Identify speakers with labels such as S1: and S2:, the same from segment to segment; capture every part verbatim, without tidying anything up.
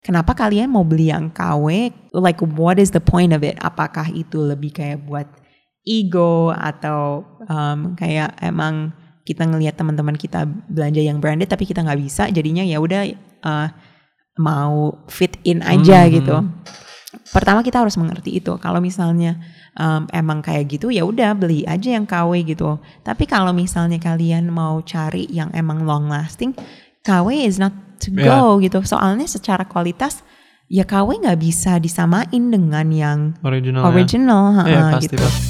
S1: kenapa kalian mau beli yang K W? Like what is the point of it? Apakah itu lebih kayak buat ego atau um, kayak emang kita ngelihat teman-teman kita belanja yang branded tapi kita nggak bisa, jadinya ya udah uh, mau fit in aja mm-hmm. gitu. Pertama kita harus mengerti itu. Kalau misalnya um, emang kayak gitu ya udah beli aja yang K W gitu. Tapi kalau misalnya kalian mau cari yang emang long lasting, K W is not to go yeah. gitu. Soalnya secara kualitas ya K W nggak bisa disamain dengan yang
S2: original.
S1: Original,
S2: ya.
S1: ha,
S2: yeah, pasti,
S1: gitu.
S2: Pasti.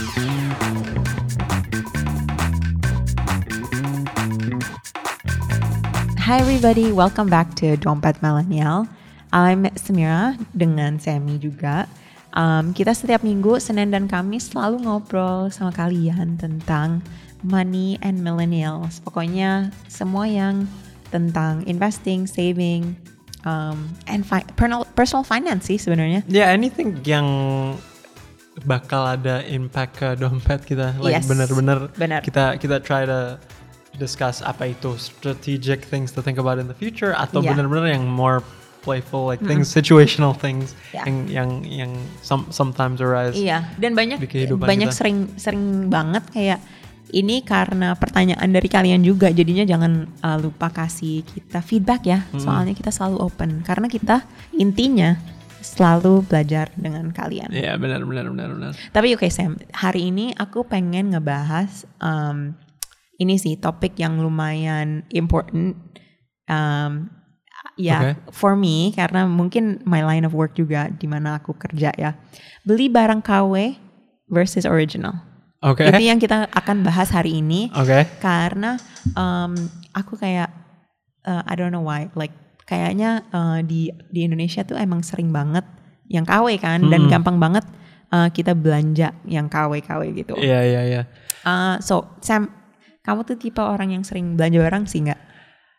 S1: Hi everybody, welcome back to Dompet Millennial. I'm Samira dengan Sammy juga. Um, kita setiap minggu, Senin dan Kamis selalu ngobrol sama kalian tentang money and millennials. Pokoknya semua yang tentang investing, saving, um, and fi- personal, personal finance sih sebenarnya.
S2: Yeah, anything yang bakal ada impact ke dompet kita. Like
S1: yes,
S2: benar-benar
S1: benar.
S2: kita kita try to discuss apa itu strategic things to think about in the future atau yeah. benar-benar yang more playful like mm-hmm. things, situational things yeah. yang yang yang some, sometimes arise.
S1: Iya, dan banyak
S2: kita.
S1: banyak sering sering banget kayak ini karena pertanyaan dari kalian juga, jadinya jangan uh, lupa kasih kita feedback ya. Mm-hmm. Soalnya kita selalu open karena kita intinya selalu belajar dengan kalian.
S2: Iya, yeah, benar benar benar benar.
S1: Tapi oke okay, Sam, hari ini aku pengen ngebahas um, ini sih topik yang lumayan important. Um, Ya, okay. for me karena mungkin my line of work juga di mana aku kerja ya. Beli barang K W versus original.
S2: Oke. Okay.
S1: Itu yang kita akan bahas hari ini.
S2: Oke. Okay.
S1: Karena um, aku kayak uh, I don't know why, like kayaknya uh, di di Indonesia tuh emang sering banget yang K W kan hmm. dan gampang banget uh, kita belanja yang K W K W gitu.
S2: Iya yeah, iya yeah, iya.
S1: Yeah. Uh, so Sam, kamu tuh tipe orang yang sering belanja barang sih nggak?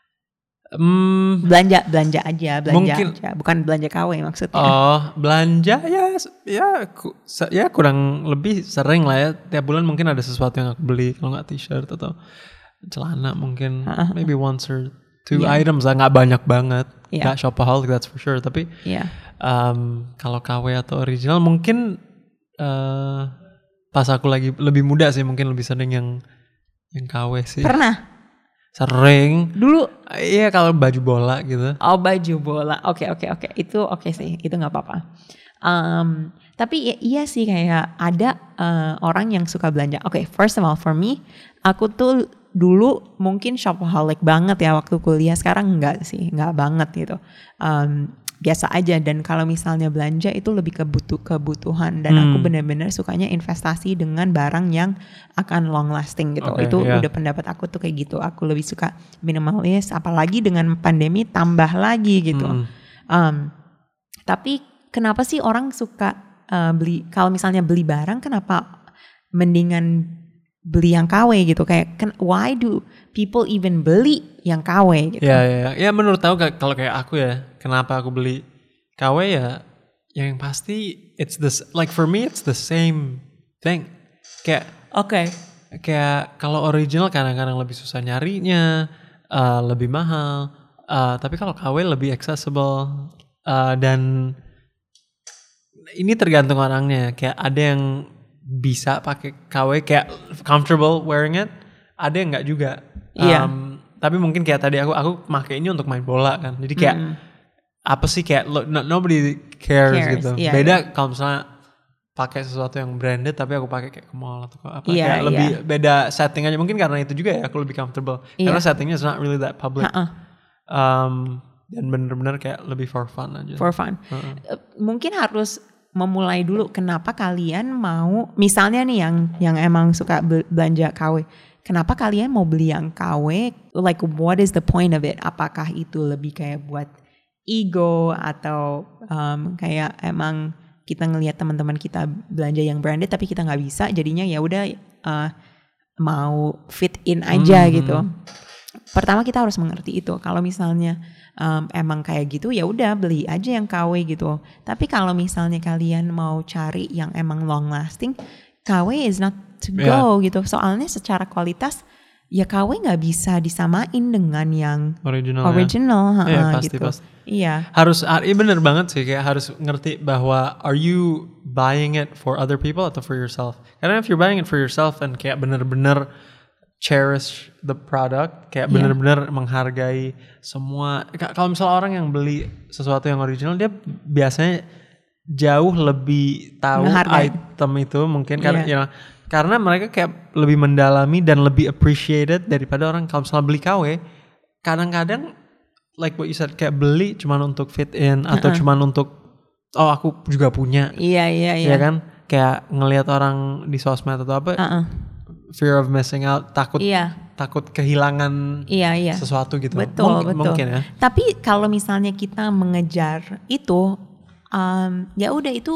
S2: Hmm,
S1: belanja belanja aja belanja
S2: mungkin,
S1: aja bukan belanja K W maksudnya.
S2: Oh belanja ya ya ku, ya kurang lebih sering lah ya, tiap bulan mungkin ada sesuatu yang aku beli, kalau nggak t-shirt atau celana mungkin uh-huh. maybe once or two yeah. items lah, nggak banyak banget, yeah. nggak shopaholic that's for sure, tapi
S1: yeah.
S2: um, kalau K W atau original mungkin uh, pas aku lagi lebih muda sih mungkin lebih sering yang yang K W sih.
S1: Pernah?
S2: Sering
S1: dulu
S2: iya kalau baju bola gitu.
S1: Oh baju bola, oke okay, oke okay, oke okay. Itu oke okay sih, itu nggak apa-apa. Um, tapi ya, iya sih kayak ada uh, orang yang suka belanja. Oke, okay, first of all for me, aku tuh dulu mungkin shopaholic banget ya waktu kuliah. Sekarang enggak sih, enggak banget gitu. Um, biasa aja, dan kalau misalnya belanja itu lebih kebutuh kebutuhan, dan hmm. aku benar-benar sukanya investasi dengan barang yang akan long lasting gitu. Okay, itu yeah. udah pendapat aku tuh kayak gitu. Aku lebih suka minimalis, apalagi dengan pandemi tambah lagi gitu. Hmm. Um, tapi kenapa sih orang suka uh, beli, kalau misalnya beli barang kenapa mendingan beli yang K W gitu, kayak why do people even beli yang K W gitu?
S2: Ya ya ya, menurut aku kalau kayak aku ya, kenapa aku beli K W ya, yang pasti it's this, like for me it's the same thing. Kayak
S1: oke. Okay.
S2: Kayak kalau original kadang-kadang lebih susah nyarinya, uh, lebih mahal. Uh, tapi kalau K W lebih accessible, uh, dan ini tergantung orangnya. Kayak ada yang bisa pakai K W kayak comfortable wearing it, ada yang nggak juga.
S1: Iya.
S2: Um, tapi mungkin kayak tadi aku aku pakai ini untuk main bola kan, jadi kayak mm. apa sih kayak no, nobody cares, cares gitu. Yeah, beda yeah. kalau misalnya pakai sesuatu yang branded tapi aku pakai kayak ke mall atau apa,
S1: yeah,
S2: kayak lebih
S1: yeah.
S2: beda setting aja. Mungkin karena itu juga ya aku lebih comfortable, yeah. karena settingnya is not really that public. Uh-uh. Um, dan bener-bener kayak lebih for fun aja.
S1: For fun. Uh-uh. Mungkin harus memulai dulu kenapa kalian mau, misalnya nih yang yang emang suka belanja K W, kenapa kalian mau beli yang K W? Like what is the point of it? Apakah itu lebih kayak buat ego atau um, kayak emang kita ngelihat teman-teman kita belanja yang branded tapi kita nggak bisa, jadinya ya udah uh, mau fit in aja mm-hmm. gitu. Pertama kita harus mengerti itu. Kalau misalnya um, emang kayak gitu ya udah beli aja yang K W gitu. Tapi kalau misalnya kalian mau cari yang emang long lasting, K W is not to go yeah. gitu. Soalnya secara kualitas ya K W nggak bisa disamain dengan yang
S2: Original,
S1: original,
S2: ya.
S1: ha,
S2: Iya, pasti,
S1: gitu.
S2: pasti.
S1: Iya.
S2: Harus, iya bener banget sih, kayak harus ngerti bahwa are you buying it for other people atau for yourself? Karena if you're buying it for yourself and kayak bener-bener cherish the product, kayak
S1: Yeah.
S2: bener-bener menghargai semua. K- Kalau misalnya orang yang beli sesuatu yang original, dia biasanya jauh lebih tahu
S1: Menghargai.
S2: item itu mungkin karena
S1: Yeah.
S2: you know, karena mereka kayak lebih mendalami dan lebih appreciated daripada orang kalau misalnya beli K W. Kadang-kadang like what you said, kayak beli cuman untuk fit in atau
S1: Uh-uh.
S2: cuman untuk oh aku juga punya.
S1: Iya, iya, iya.
S2: Ya kan? Kayak ngelihat orang di sosmed atau apa,
S1: Uh-uh.
S2: fear of missing out, takut
S1: Iya.
S2: takut kehilangan
S1: Iya, iya.
S2: sesuatu gitu.
S1: Betul,
S2: mungkin,
S1: betul.
S2: mungkin ya.
S1: Tapi kalau misalnya kita mengejar itu, um, ya udah itu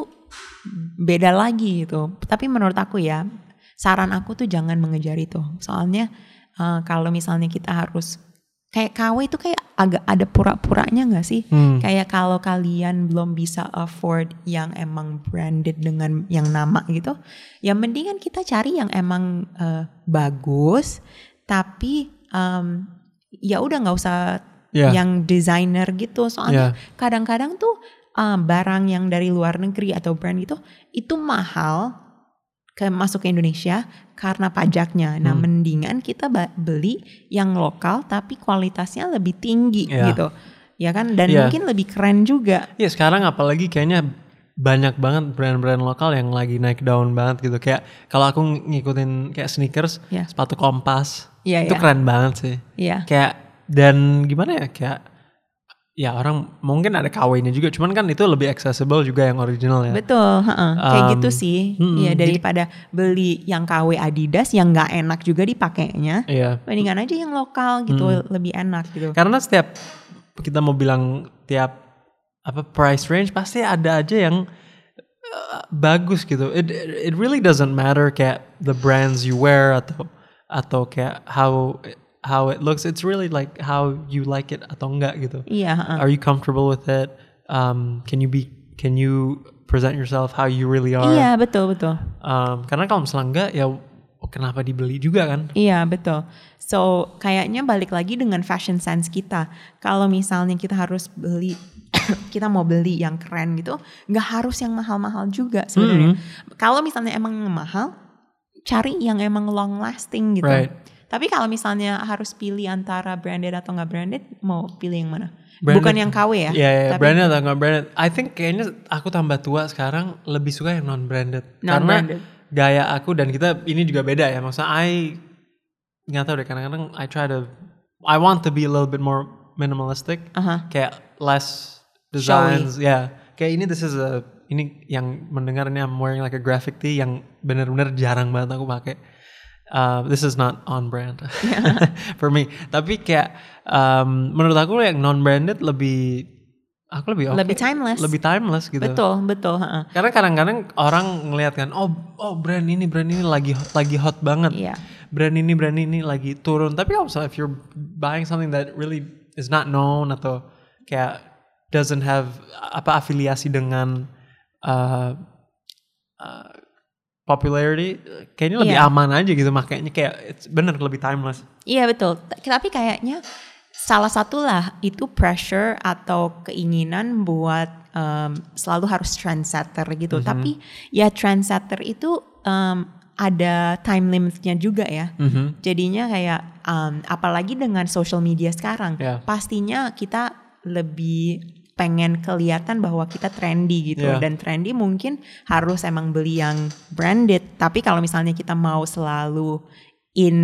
S1: beda lagi gitu. Tapi menurut aku ya, saran aku tuh jangan mengejar itu. Soalnya uh, kalau misalnya kita harus kayak K W itu kayak agak ada pura-puranya nggak sih?
S2: Hmm.
S1: Kayak kalau kalian belum bisa afford yang emang branded dengan yang nama gitu, ya mendingan kita cari yang emang uh, bagus, tapi um, ya udah nggak usah
S2: Yeah.
S1: yang designer gitu. Soalnya
S2: Yeah.
S1: kadang-kadang tuh uh, barang yang dari luar negeri atau brand itu itu mahal ke masuk ke Indonesia karena pajaknya. Nah,
S2: Hmm.
S1: mendingan kita ba- beli yang lokal tapi kualitasnya lebih tinggi
S2: Yeah.
S1: gitu. Ya kan? Dan
S2: Yeah.
S1: mungkin lebih keren juga.
S2: Iya sekarang apalagi kayaknya banyak banget brand-brand lokal yang lagi naik daun banget gitu. Kayak kalau aku ngikutin kayak sneakers,
S1: Yeah.
S2: sepatu Kompas,
S1: Iya,
S2: itu
S1: iya.
S2: keren banget sih.
S1: Iya.
S2: Kayak dan gimana ya, kayak ya orang mungkin ada K W-nya juga, cuman kan itu lebih accessible juga yang original ya.
S1: Betul, heeh. Kayak
S2: Um,
S1: gitu sih.
S2: mm-mm.
S1: Ya daripada beli yang K W Adidas yang nggak enak juga dipakainya.
S2: Iya.
S1: Mendingan aja yang lokal gitu, lebih enak gitu.
S2: Karena setiap kita mau bilang tiap apa price range pasti ada aja yang uh, bagus gitu. It it really doesn't matter kayak the brands you wear atau atau kayak how how it looks. It's really like how you like it atau enggak gitu.
S1: Iya, heeh.
S2: Are you comfortable with it? Um, can you be can you present yourself how you really are?
S1: Iya, betul, betul.
S2: Um, karena kalau misalnya enggak ya kenapa dibeli juga kan?
S1: Iya, betul. So, kayaknya balik lagi dengan fashion sense kita. Kalau misalnya kita harus beli, kita mau beli yang keren gitu, nggak harus yang mahal-mahal juga sebenarnya. Kalau misalnya emang mahal, cari yang emang long lasting gitu.
S2: Right.
S1: Tapi kalau misalnya harus pilih antara branded atau nggak branded, mau pilih yang mana?
S2: Branded.
S1: Bukan yang K W ya?
S2: Iya, yeah,
S1: tapi
S2: branded atau nggak branded. I think kayaknya aku tambah tua sekarang lebih suka yang non branded.
S1: Non-branded.
S2: Karena gaya aku dan kita ini juga beda ya. Maksudnya I nggak tahu deh. Kadang-kadang I try to, I want to be a little bit more minimalistic.
S1: Aha.
S2: Kayak less designs. Ya, yeah. Kayak ini this is a ini yang mendengar ini I'm wearing like a graphic tee yang benar-benar jarang banget aku pakai. Uh, this is not on brand for me. Tapi kayak um, menurut aku yang non branded lebih aku lebih okay,
S1: Lebih timeless.
S2: lebih timeless gitu.
S1: Betul, betul. heeh.
S2: Karena kadang-kadang orang ngelihat kan, oh oh brand ini brand ini lagi lagi hot banget.
S1: Iya.
S2: Brand ini brand ini lagi turun. Tapi kalau misalnya if you're buying something that really is not known atau kayak doesn't have apa afiliasi dengan uh, uh, popularity, kayaknya lebih
S1: Iya.
S2: aman aja gitu, makanya kayak it's bener lebih timeless.
S1: Iya betul. T- Tapi kayaknya salah satulah itu pressure atau keinginan buat um, selalu harus trendsetter gitu.
S2: Mm-hmm.
S1: Tapi ya trendsetter itu um, ada time limitnya juga ya.
S2: Mm-hmm.
S1: Jadinya kayak um, apalagi dengan social media sekarang,
S2: Yeah.
S1: pastinya kita lebih pengen kelihatan bahwa kita trendy gitu.
S2: Yeah.
S1: Dan trendy mungkin harus emang beli yang branded. Tapi kalau misalnya kita mau selalu in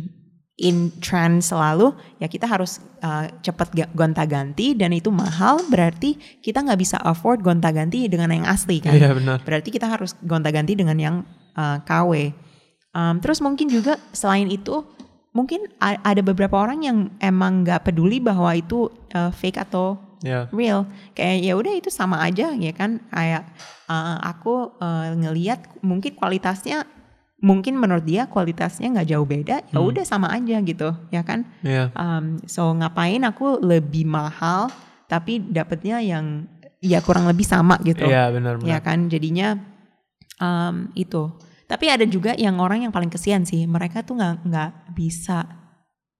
S1: in trend selalu, ya kita harus uh, cepat ga- gonta-ganti dan itu mahal, berarti kita nggak bisa afford gonta-ganti dengan yang asli kan.
S2: Iya benar.
S1: Berarti kita harus gonta-ganti dengan yang uh, K W. Um, terus mungkin juga selain itu, mungkin a- ada beberapa orang yang emang nggak peduli bahwa itu uh, fake atau
S2: Ya.
S1: real. Kayak ya udah itu sama aja ya kan. Kayak uh, aku uh, ngelihat mungkin kualitasnya, mungkin menurut dia kualitasnya nggak jauh beda. Ya
S2: Hmm.
S1: udah sama aja gitu ya kan.
S2: Iya.
S1: Um, so ngapain aku lebih mahal tapi dapetnya yang ya kurang lebih sama gitu.
S2: Iya benar benar.
S1: Ya kan, jadinya um, itu. Tapi ada juga yang orang yang paling kesian sih, mereka tuh nggak nggak bisa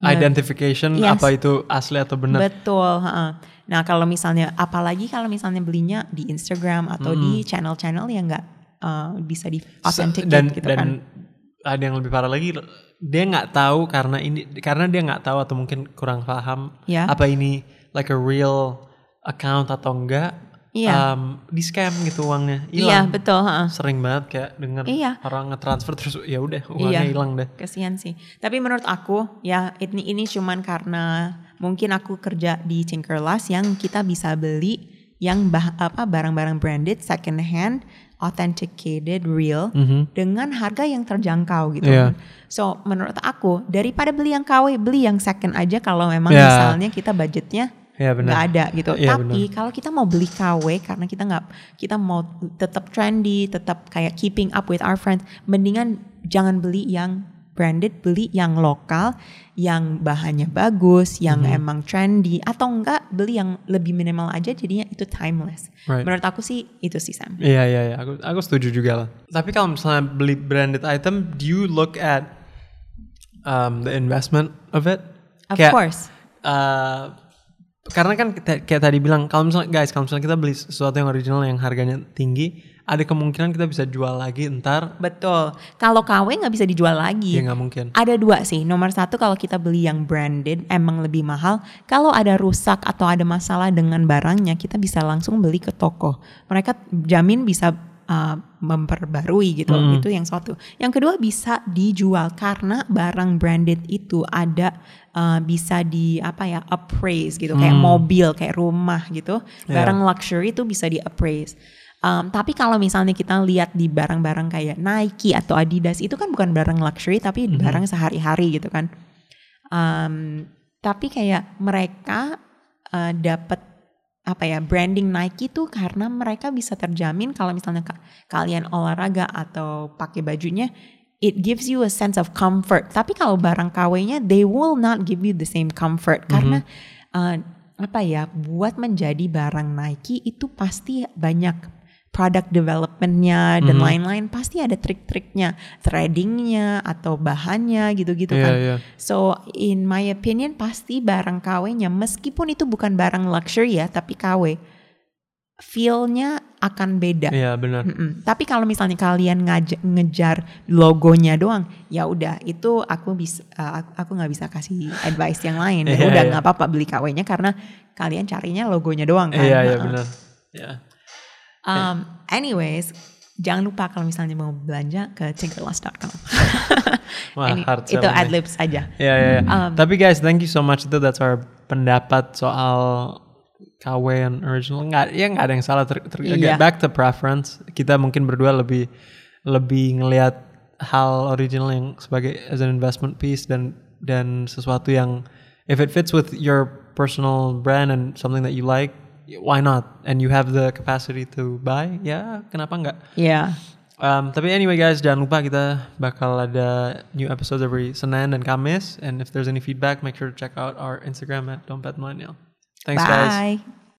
S2: identification
S1: Yes.
S2: apa itu asli atau benar.
S1: Betul. heeh. Nah kalau misalnya, apalagi kalau misalnya belinya di Instagram atau di channel-channel yang nggak uh, bisa di authenticate
S2: dan
S1: gitu
S2: dan
S1: kan.
S2: ada yang lebih parah lagi, dia nggak tahu karena ini karena dia nggak tahu atau mungkin kurang paham
S1: Ya.
S2: apa ini like a real account atau enggak.
S1: Iya.
S2: Um, di scam gitu uangnya
S1: Iya
S2: hilang.
S1: betul. heeh.
S2: Sering banget kayak dengar
S1: Iya.
S2: orang nge-transfer terus ya udah uangnya
S1: Iya.
S2: hilang deh.
S1: Kasihan sih. Tapi menurut aku ya ini ini cuman karena mungkin aku kerja di Tinkerlust yang kita bisa beli yang bah, apa barang-barang branded, second hand, authenticated, real
S2: Mhm.
S1: dengan harga yang terjangkau gitu.
S2: Iya.
S1: So menurut aku daripada beli yang K W, beli yang second aja kalau memang
S2: Iya.
S1: misalnya kita budgetnya
S2: Iya benar.
S1: nggak ada gitu.
S2: Iya,
S1: Tapi kalau kita mau beli K W karena kita nggak, kita mau tetap trendy, tetap kayak keeping up with our friends, mendingan jangan beli yang branded, beli yang lokal, yang bahannya bagus, yang
S2: Mhm.
S1: emang trendy, atau enggak beli yang lebih minimal aja jadinya itu timeless.
S2: Right.
S1: Menurut aku sih itu sih Sam.
S2: Iya iya iya, aku aku setuju juga lah. Tapi kalau misalnya beli branded item, do you look at um, the investment of it?
S1: Of course.
S2: Uh, karena kan kita- kayak tadi bilang, kalau misalnya guys, kalau misalnya kita beli sesuatu yang original yang harganya tinggi, ada kemungkinan kita bisa jual lagi ntar.
S1: Betul. Kalau K W nggak bisa dijual lagi.
S2: Ya nggak mungkin.
S1: Ada dua sih. Nomor satu kalau kita beli yang branded emang lebih mahal. Kalau ada rusak atau ada masalah dengan barangnya, kita bisa langsung beli ke toko. Mereka jamin bisa uh, memperbarui gitu.
S2: Hmm.
S1: Itu yang satu. Yang kedua bisa dijual karena barang branded itu ada uh, bisa di apa ya appraise gitu. Kayak mobil, kayak rumah gitu. Barang luxury itu bisa di appraise. Um, tapi kalau misalnya kita lihat di barang-barang kayak Nike atau Adidas itu kan bukan barang luxury tapi
S2: Mhm.
S1: barang sehari-hari gitu kan. Um, tapi kayak mereka uh, dapat apa ya branding Nike tuh karena mereka bisa terjamin kalau misalnya ka- kalian olahraga atau pakai bajunya, it gives you a sense of comfort. Tapi kalau barang K W-nya they will not give you the same comfort karena uh, apa ya buat menjadi barang Nike itu pasti banyak product development-nya dan
S2: Mhm.
S1: lain-lain, pasti ada trik-triknya, threading-nya atau bahannya gitu-gitu
S2: Iya,
S1: kan.
S2: iya.
S1: So in my opinion pasti barang K W-nya meskipun itu bukan barang luxury ya, tapi K W feel-nya akan beda.
S2: Iya benar.
S1: Mm-mm. Tapi kalau misalnya kalian ngaj- ngejar logonya doang, ya udah itu aku bisa uh, aku- aku nggak bisa kasih advice yang lain. Ya
S2: Iya,
S1: udah
S2: iya.
S1: nggak apa-apa beli K W-nya karena kalian carinya logonya doang kan.
S2: Iya iya
S1: Uh-uh.
S2: benar. Iya.
S1: Um, anyways, jangan lupa kalau misalnya mau belanja ke tinkerlust dot com.
S2: Wah,
S1: Ini-
S2: hard
S1: itu
S2: selling nih.
S1: adlibs aja.
S2: Iya iya. iya.
S1: Um,
S2: Tapi guys, thank you so much, itu that's our pendapat soal K W and original. Nggak, ya nggak ada yang salah. Ter, ter,
S1: Iya.
S2: get back to preference. Kita mungkin berdua lebih lebih ngelihat hal original yang sebagai as an investment piece dan dan sesuatu yang if it fits with your personal brand and something that you like, why not? And you have the capacity to buy, ya kenapa nggak?
S1: Ya.
S2: Um, tapi anyway guys, jangan lupa kita bakal ada new episodes every Senin dan Kamis. And if there's any feedback, make sure to check out our Instagram at Dompet Millennial. Thanks guys.
S1: Bye.